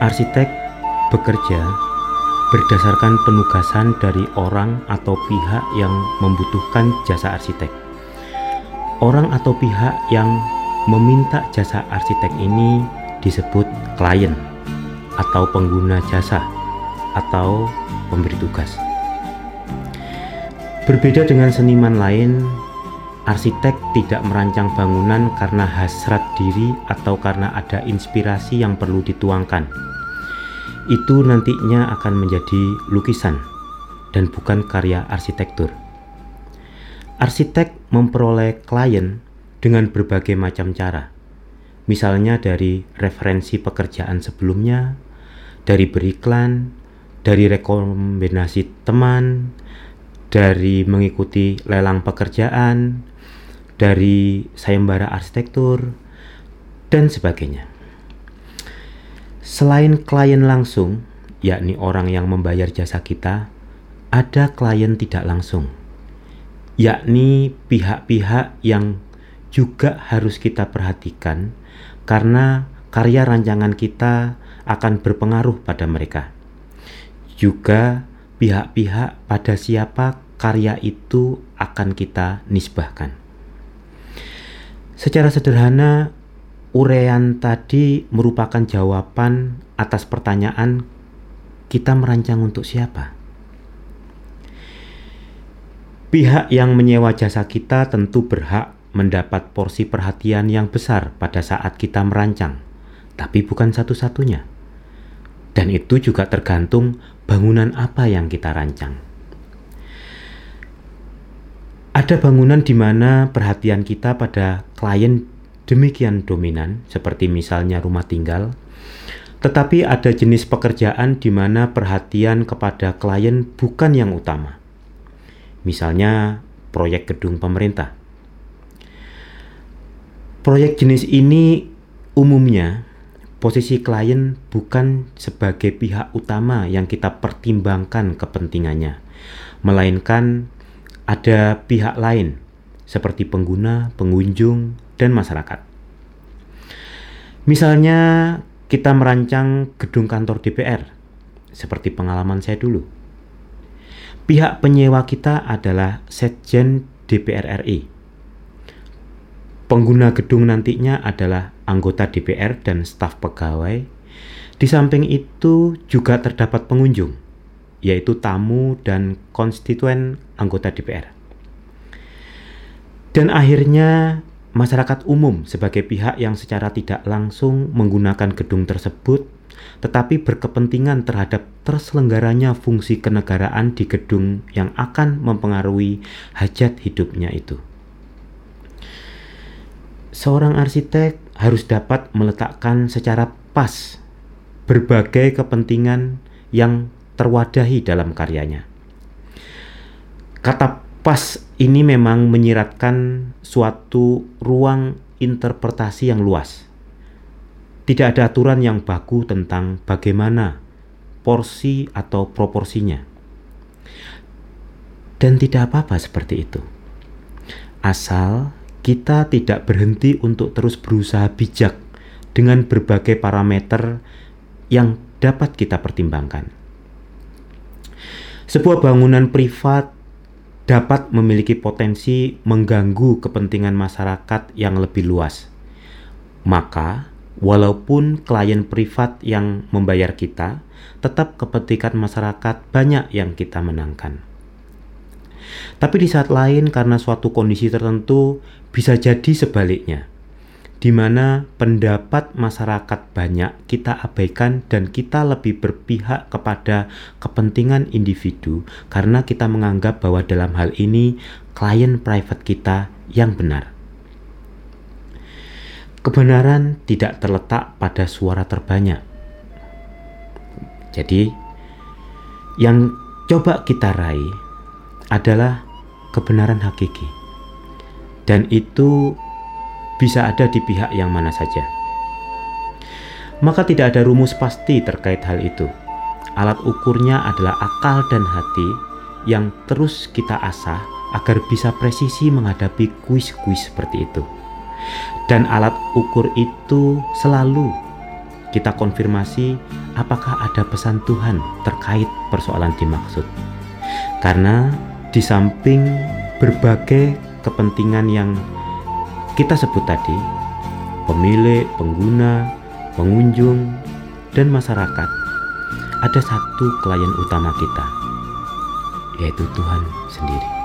Arsitek bekerja berdasarkan penugasan dari orang atau pihak yang membutuhkan jasa arsitek. Orang atau pihak yang meminta jasa arsitek ini disebut klien atau pengguna jasa atau pemberi tugas. Berbeda dengan seniman lain, arsitek tidak merancang bangunan karena hasrat diri atau karena ada inspirasi yang perlu dituangkan. Itu nantinya akan menjadi lukisan dan bukan karya arsitektur. Arsitek memperoleh klien dengan berbagai macam cara. Misalnya dari referensi pekerjaan sebelumnya, dari beriklan, dari rekomendasi teman, dari mengikuti lelang pekerjaan, dari sayembara arsitektur, dan sebagainya. Selain klien langsung, yakni orang yang membayar jasa kita, ada klien tidak langsung, yakni pihak-pihak yang juga harus kita perhatikan karena karya rancangan kita akan berpengaruh pada mereka. Juga pihak-pihak pada siapa karya itu akan kita nisbahkan. Secara sederhana, uraian tadi merupakan jawaban atas pertanyaan kita merancang untuk siapa. Pihak yang menyewa jasa kita tentu berhak mendapat porsi perhatian yang besar pada saat kita merancang, tapi bukan satu-satunya. Dan itu juga tergantung bangunan apa yang kita rancang. Ada bangunan di mana perhatian kita pada klien demikian dominan, seperti misalnya rumah tinggal, tetapi ada jenis pekerjaan di mana perhatian kepada klien bukan yang utama. Misalnya proyek gedung pemerintah. Proyek jenis ini umumnya posisi klien bukan sebagai pihak utama yang kita pertimbangkan kepentingannya, melainkan ada pihak lain seperti pengguna, pengunjung, dan masyarakat. Misalnya kita merancang gedung kantor DPR, seperti pengalaman saya dulu. Pihak penyewa kita adalah Sekjen DPR RI. Pengguna gedung nantinya adalah anggota DPR dan staf pegawai. Di samping itu juga terdapat pengunjung, yaitu tamu dan konstituen anggota DPR. Dan akhirnya masyarakat umum sebagai pihak yang secara tidak langsung menggunakan gedung tersebut, tetapi berkepentingan terhadap terselenggaranya fungsi kenegaraan di gedung yang akan mempengaruhi hajat hidupnya itu. Seorang arsitek harus dapat meletakkan secara pas berbagai kepentingan yang terwadahi dalam karyanya. Kata pas ini memang menyiratkan suatu ruang interpretasi yang luas. Tidak ada aturan yang baku tentang bagaimana porsi atau proporsinya. Dan tidak apa-apa seperti itu. Asal kita tidak berhenti untuk terus berusaha bijak dengan berbagai parameter yang dapat kita pertimbangkan. Sebuah bangunan privat dapat memiliki potensi mengganggu kepentingan masyarakat yang lebih luas. Maka, walaupun klien privat yang membayar kita, tetap kepentingan masyarakat banyak yang kita menangkan. Tapi di saat lain, karena suatu kondisi tertentu, bisa jadi sebaliknya, di mana pendapat masyarakat banyak kita abaikan dan kita lebih berpihak kepada kepentingan individu karena kita menganggap bahwa dalam hal ini klien private kita yang benar. Kebenaran tidak terletak pada suara terbanyak. Jadi, yang coba kita raih adalah kebenaran hakiki. Dan itu bisa ada di pihak yang mana saja. Maka tidak ada rumus pasti terkait hal itu. Alat ukurnya adalah akal dan hati yang terus kita asah agar bisa presisi menghadapi kuis-kuis seperti itu. Dan alat ukur itu selalu kita konfirmasi apakah ada pesan Tuhan terkait persoalan dimaksud. Karena di samping berbagai kepentingan yang kita sebut tadi, pemilik, pengguna, pengunjung, dan masyarakat, ada satu klien utama kita, yaitu Tuhan sendiri.